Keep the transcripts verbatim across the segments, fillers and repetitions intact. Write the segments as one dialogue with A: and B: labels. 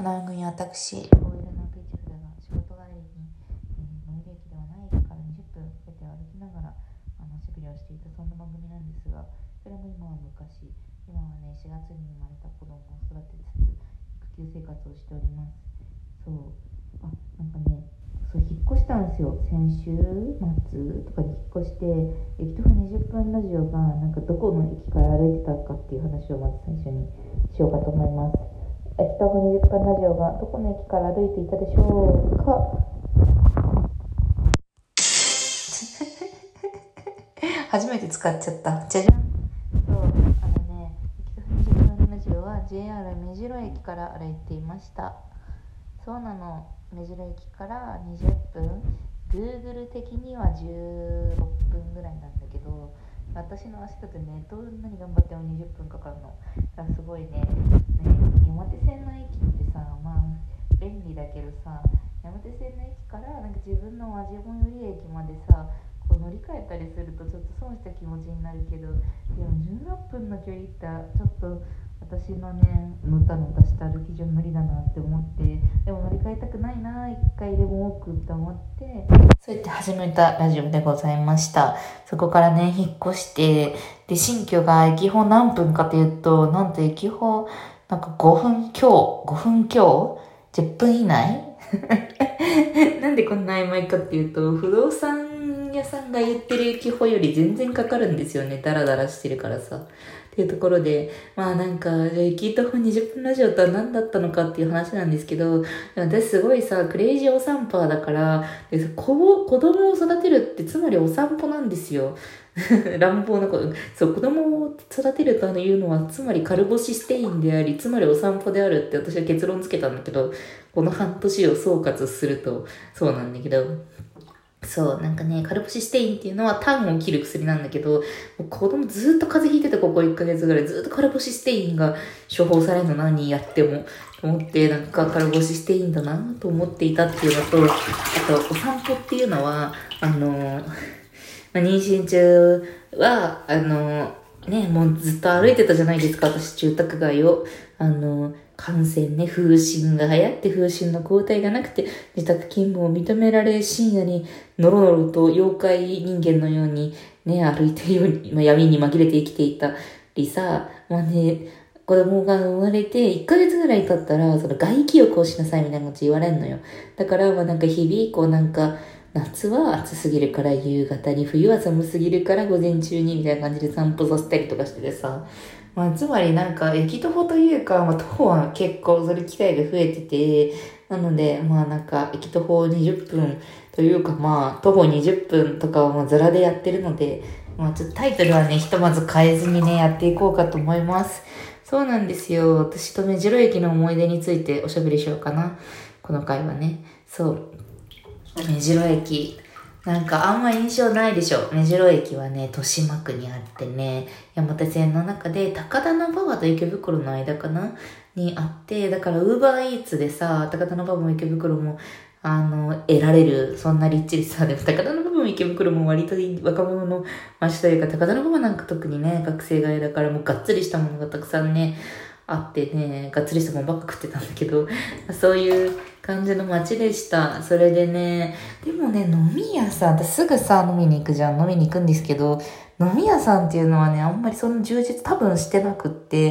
A: この番組は私、オイルのピーチフルが仕事帰りに、えー、最寄り駅ではない駅からにじゅっぷんかけて歩きながらあのおしゃべりをしていたそんな番組なんですが、それも今は昔、今はね、しがつに生まれた子供を育てつつ育休生活をしております。そうあなんかねそう引っ越したんですよ。先週末とかに引っ越して、駅徒歩にじゅっぷんラジオがなんかどこの駅から歩いてたかっていう話をまず最初にしようかと思います。駅徒歩にじゅっぷんラジオがどこの駅から歩いていたでしょうか。初めて使っちゃった。じゃじゃん。そうあのね駅徒歩にじゅっぷんラジオは ジェイアール 目白駅から歩いていました。そうなの、目白駅からにじゅっぷん、 Google 的にはじゅうろっぷんぐらいなんだけど、私の足だとねどんなに頑張ってもにじゅっぷんかかるの。だからすごいね、ね山手線の駅ってさ、まあ便利だけどさ、山手線の駅からなんか自分の輪島寄り駅までさこう乗り換えたりするとちょっと損した気持ちになるけど、でもじゅうろっぷんの距離ってちょっと私のねのたのたした歩き順無理だなって思って、でも乗り換えたくないな一回でも多くって思って、そうやって始めたラジオでございました。そこからね引っ越して、で新居が駅舗何分かというと、なんと駅舗なんかごふん強ごふん強じゅっぷん以内なんでこんな曖昧かっていうと、不動産屋さんが言ってる駅舗より全然かかるんですよね。ダラダラしてるからさっていうところで、まあなんか駅徒歩にじゅっぷんラジオとは何だったのかっていう話なんですけど、私すごいさクレイジーお散歩だから、で子子供を育てるってつまりお散歩なんですよ。乱暴なこと。そう、子供を育てるというのはつまりカルボシステインであり、つまりお散歩であるって私は結論つけたんだけど、この半年を総括するとそうなんだけど、そう、なんかね、カルボシステインっていうのはタンを切る薬なんだけど、もう子供ずっと風邪ひいてて、ここいっかげつぐらいずっとカルボシステインが処方されるの、何やっても。と思って、なんかカルボシステインだなと思っていたっていうのと、あと、お散歩っていうのは、あの、まあ、妊娠中は、あの、ね、もうずっと歩いてたじゃないですか、私、住宅街を。あの、感染ね、風疹が流行って風疹の抗体がなくて、自宅勤務を認められ、深夜にノロノロと妖怪人間のようにね、歩いてるように、まあ、闇に紛れて生きていたりさ、まあね、子供が生まれていっかげつぐらい経ったら、その外気浴をしなさいみたいなこと言われんのよ。だから、まあなんか日々、こうなんか、夏は暑すぎるから夕方に、冬は寒すぎるから午前中にみたいな感じで散歩させたりとかしててさ、まあ、つまりなんか駅徒歩というか、まあ、徒歩は結構それ機会が増えてて、なのでまあなんか駅徒歩にじゅっぷんというか、まあ徒歩にじゅっぷんとかはまあずらでやってるので、まあちょっとタイトルはねひとまず変えずにねやっていこうかと思います。そうなんですよ。私と目白駅の思い出についておしゃべりしようかな、この回はね。そう目白駅、なんかあんま印象ないでしょ。目白駅はね、豊島区にあってね、山手線の中で高田馬場と池袋の間かなにあって、だからウーバーイーツでさ、高田馬場も池袋もあの得られる、そんな立地でさ、でも高田馬場も池袋も割と若者の街というか、高田馬場なんか特にね、学生街だからもうがっつりしたものがたくさんねあってね、がっつりしたものばっか食ってたんだけど、そういう感じの街でした。それでね、でもね、飲み屋さん、私すぐさ、飲みに行くじゃん。飲みに行くんですけど、飲み屋さんっていうのはね、あんまりその充実多分してなくって、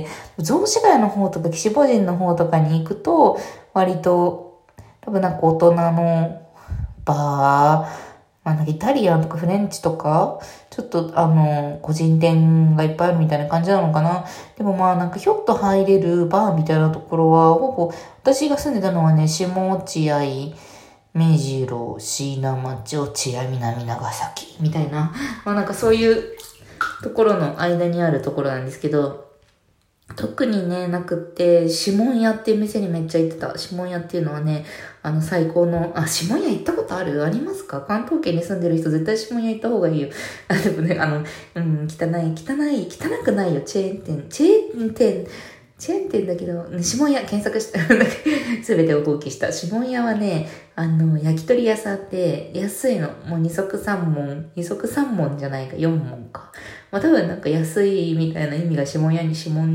A: 雑司ヶ谷の方とか岸母神の方とかに行くと、割と、多分なんか大人のバー、まあ、なんかイタリアンとかフレンチとか、ちょっとあの、個人店がいっぱいあるみたいな感じなのかな。でもまあなんかひょっと入れるバーみたいなところは、ほぼ、私が住んでたのはね、下落合、目白、椎名町、落合、南長崎、みたいな。まあなんかそういうところの間にあるところなんですけど、特にね、なくって、指紋屋っていう店にめっちゃ行ってた。指紋屋っていうのはね、あの最高の、あ、指紋屋行ったことある？ありますか？関東圏に住んでる人絶対指紋屋行った方がいいよ。あ、でもね、あの、うん、汚い、汚い、汚くないよ、チェーン店。チェーン店、チェーン店だけど、指紋屋検索した。すべてを放棄した。指紋屋はね、あの、焼き鳥屋さんで安いの。もう二足三門。二足三門じゃないか、四門か。まあ多分なんか安いみたいな意味が指紋屋に指紋には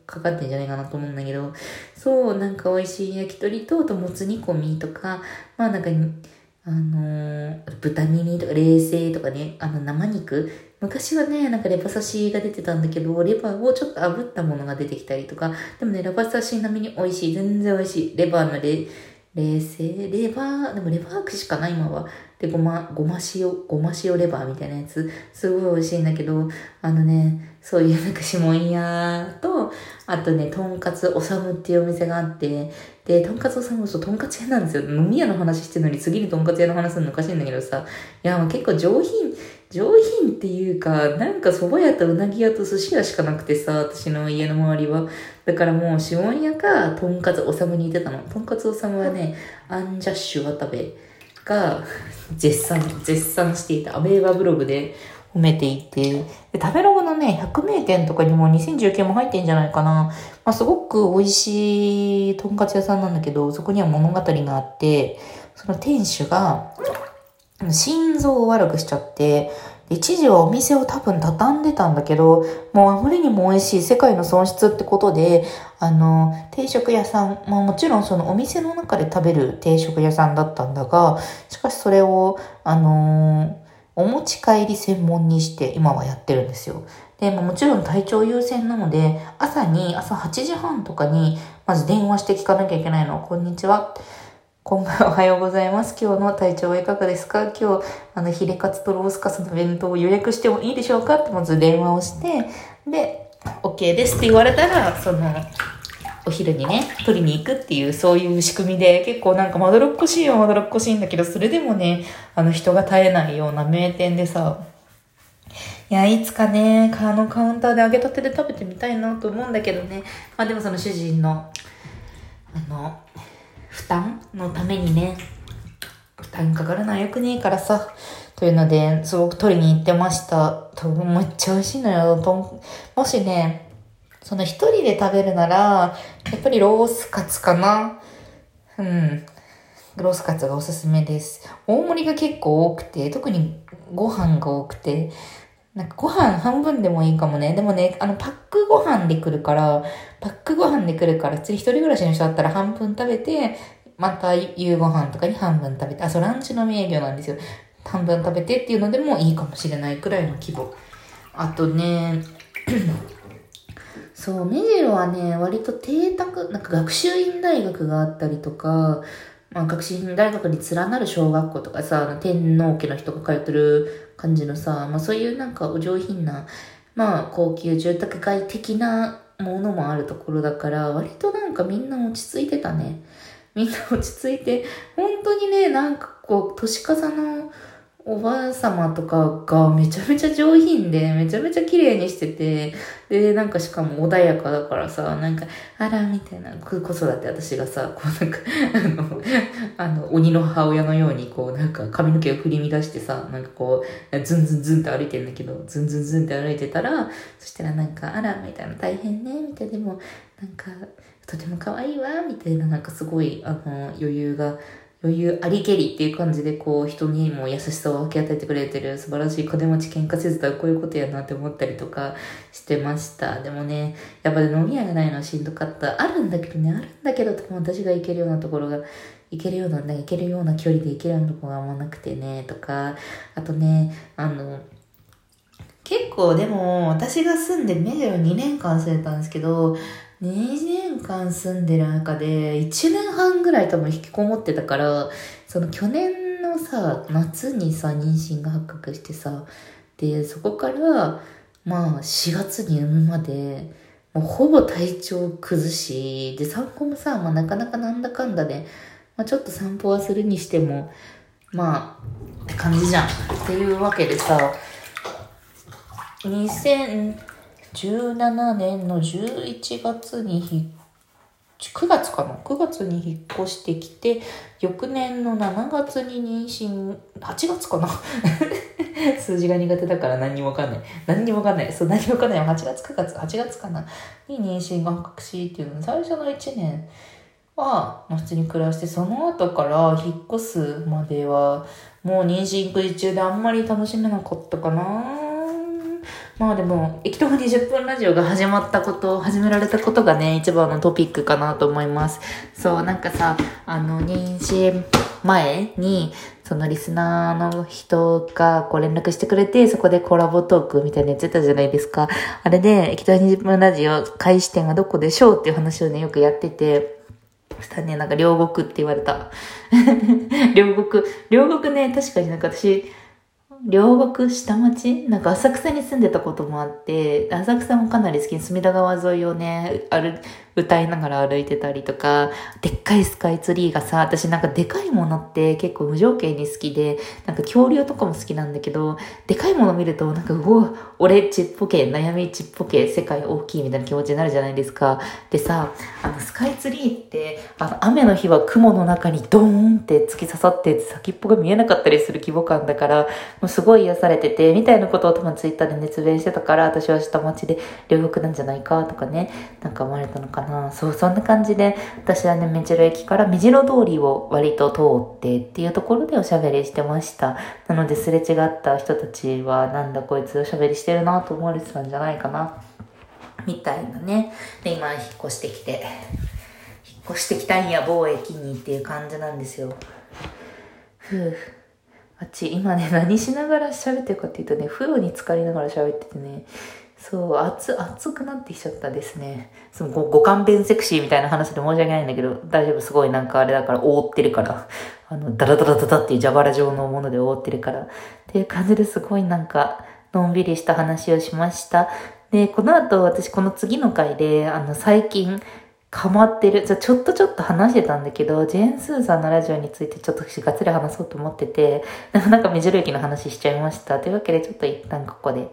A: かかってんじゃないかなと思うんだけど、そう、なんか美味しい焼き鳥と、あともつ煮込みとか、まあなんか、あのー、豚耳とか冷製とかね、あの生肉。昔はね、なんかレバ刺しが出てたんだけど、レバーをちょっと炙ったものが出てきたりとか、でもね、レバ刺し並みに美味しい。全然美味しい。レバーのレ、冷製レバー、でもレバー串かな、今は。で、ごま、ごま塩、ごま塩レバーみたいなやつ、すごい美味しいんだけど、あのね、そういうなんか下屋と、あとね、とんかつおさむっていうお店があって、で、とんかつおさむととんかつ屋なんですよ。飲み屋の話してるのに次にとんかつ屋の話するのおかしいんだけどさ、いや、もう結構上品、上品っていうか、なんか蕎麦屋とうなぎ屋と寿司屋しかなくてさ、私の家の周りは。だからもう、下屋か、とんかつおさむにいてたの。とんかつおさむはね、アンジャッシュ渡部が絶賛、絶賛していたアメーバブログで褒めていて、で食べログのね、ひゃく名店とかにもにせんじゅうきゅうも入ってんじゃないかな。まあ、すごく美味しいとんかつ屋さんなんだけど、そこには物語があって、その店主が、心臓を悪くしちゃって、一時はお店を多分畳んでたんだけど、もうあまりにも美味しい世界の損失ってことで、あの、定食屋さん、まあもちろんそのお店の中で食べる定食屋さんだったんだが、しかしそれを、あのー、お持ち帰り専門にして今はやってるんですよ。で、まあ、もちろん体調優先なので、朝に、朝はちじはんとかに、まず電話して聞かなきゃいけないの。こんにちは。今晩おはようございます。今日の体調はいかがですか？今日、あの、ヒレカツとロースカツの弁当を予約してもいいでしょうかってまず電話をして、で、OK ですって言われたら、その、お昼にね、取りに行くっていう、そういう仕組みで、結構なんかまどろっこしいはまどろっこしいんだけど、それでもね、あの、人が絶えないような名店でさ、いや、いつかね、あのカウンターで揚げたてで食べてみたいなと思うんだけどね。まあでもその主人の、あの、負担のためにね、負担かかるのはよくねえからさ、というので、すごく取りに行ってました。めっちゃ美味しいのよ。とんもしね、その一人で食べるなら、やっぱりロースカツかな。うん。ロースカツがおすすめです。大盛りが結構多くて、特にご飯が多くて、なんかご飯半分でもいいかもね。でもね、あのパックご飯で来るから、パックご飯で来るから、次一人暮らしの人だったら半分食べて、また夕ご飯とかに半分食べて、あ、そう、ランチのみ営業なんですよ。半分食べてっていうのでもいいかもしれないくらいの規模。あとね、そう、目白はね、割と邸宅、なんか学習院大学があったりとか、まあ学習院大学に連なる小学校とかさ、天皇家の人が通ってる感じのさ、まあそういうなんかお上品な、まあ高級住宅街的なものもあるところだから、割となんかみんな落ち着いてたね。みんな落ち着いて、本当にね、なんかこう、年かさのおばあ様とかがめちゃめちゃ上品で、めちゃめちゃ綺麗にしてて、で、なんかしかも穏やかだからさ、なんか、あら、みたいな、子育て私がさ、こうなんか、あの、あの、鬼の母親のように、こうなんか髪の毛を振り乱してさ、なんかこう、ズンズンズンって歩いてんだけど、ズンズンズンって歩いてたら、そしたらなんか、あら、みたいな、大変ね、みたいな、でも、なんか、とても可愛いわ、みたいな、なんかすごい、あの、余裕が、余裕ありけりっていう感じでこう人にも優しさを分け与えてくれてる素晴らしい金持ち喧嘩せずとはこういうことやなって思ったりとかしてました。でもね、やっぱり飲み屋がないのはしんどかった。あるんだけどね、あるんだけど、でも私が行けるようなところが、行けるような、ね、行けるような距離で行けるようなところがあんまなくてね、とか、あとね、あの、結構でも私が住んで目白にねんかん住んでたんですけど、にねんかん住んでる中でいちねんはんぐらい多分引きこもってたから、その去年のさ、夏にさ、妊娠が発覚してさ、で、そこから、まあしがつに産むまで、もうほぼ体調崩し、で、散歩もさ、まあなかなかなんだかんだで、まあちょっと散歩はするにしても、まあ、って感じじゃん。っていうわけでさ、にせんじゅうななねんのじゅういちがつにひくがつかなくがつに引っ越してきて、翌年のしちがつに妊娠、はちがつかな数字が苦手だから何にもわかんない。何にもわかんない。そう、何にもわかんない。はちがつくがつ、はちがつかなに妊娠が発覚しっていうの、最初のいちねんは、まあ、普通に暮らして、その後から引っ越すまでは、もう妊娠育児中であんまり楽しめなかったかな。 まあでも、駅徒歩にじゅっぷんラジオが始まったこと、始められたことがね、一番のトピックかなと思います。そう、なんかさ、あの、妊娠前に、そのリスナーの人がこう連絡してくれて、そこでコラボトークみたいなやつやってたじゃないですか。あれで、駅徒歩にじゅっぷんラジオ開始点はどこでしょうっていう話をね、よくやってて、そしたらね、なんか両国って言われた。両国、両国ね、確かになんか私、両国下町なんか浅草に住んでたこともあって、浅草もかなり好きに隅田川沿いをね、歩、歌いながら歩いてたりとか、でっかいスカイツリーがさ、私なんかでかいものって結構無条件に好きで、なんか恐竜とかも好きなんだけど、でかいもの見るとなんか、うわ、俺ちっぽけ、悩みちっぽけ、世界大きいみたいな気持ちになるじゃないですか。でさ、あのスカイツリーって、あの雨の日は雲の中にドーンって突き刺さって先っぽが見えなかったりする規模感だから、もうすごい癒されてて、みたいなことを多分ツイッターで熱弁してたから、私は下町で両国なんじゃないかとかね、なんか思われたのかな。そう、そんな感じで、私はね、目白駅から目白通りを割と通ってっていうところでおしゃべりしてました。なので、すれ違った人たちは、なんだこいつおしゃべりしてるなと思われてたんじゃないかな。みたいなね。で、今、引っ越してきて、引っ越してきたんや、某駅にっていう感じなんですよ。ふぅ。あっち、今ね、何しながら喋ってるかっていうとね、風呂に浸かりながら喋っててね、そう、熱、熱くなってきちゃったですね。そのご、ご勘弁セクシーみたいな話で申し訳ないんだけど、大丈夫、すごいなんかあれだから覆ってるから、あの、ダラダラダダっていう蛇腹状のもので覆ってるから、っていう感じですごいなんか、のんびりした話をしました。で、この後私この次の回で、あの、最近、ハマってる。じゃ、ちょっとちょっと話してたんだけど、ジェーン・スーさんのラジオについてちょっとがっつり話そうと思ってて、なんか目白駅の話しちゃいました。というわけでちょっと一旦ここで。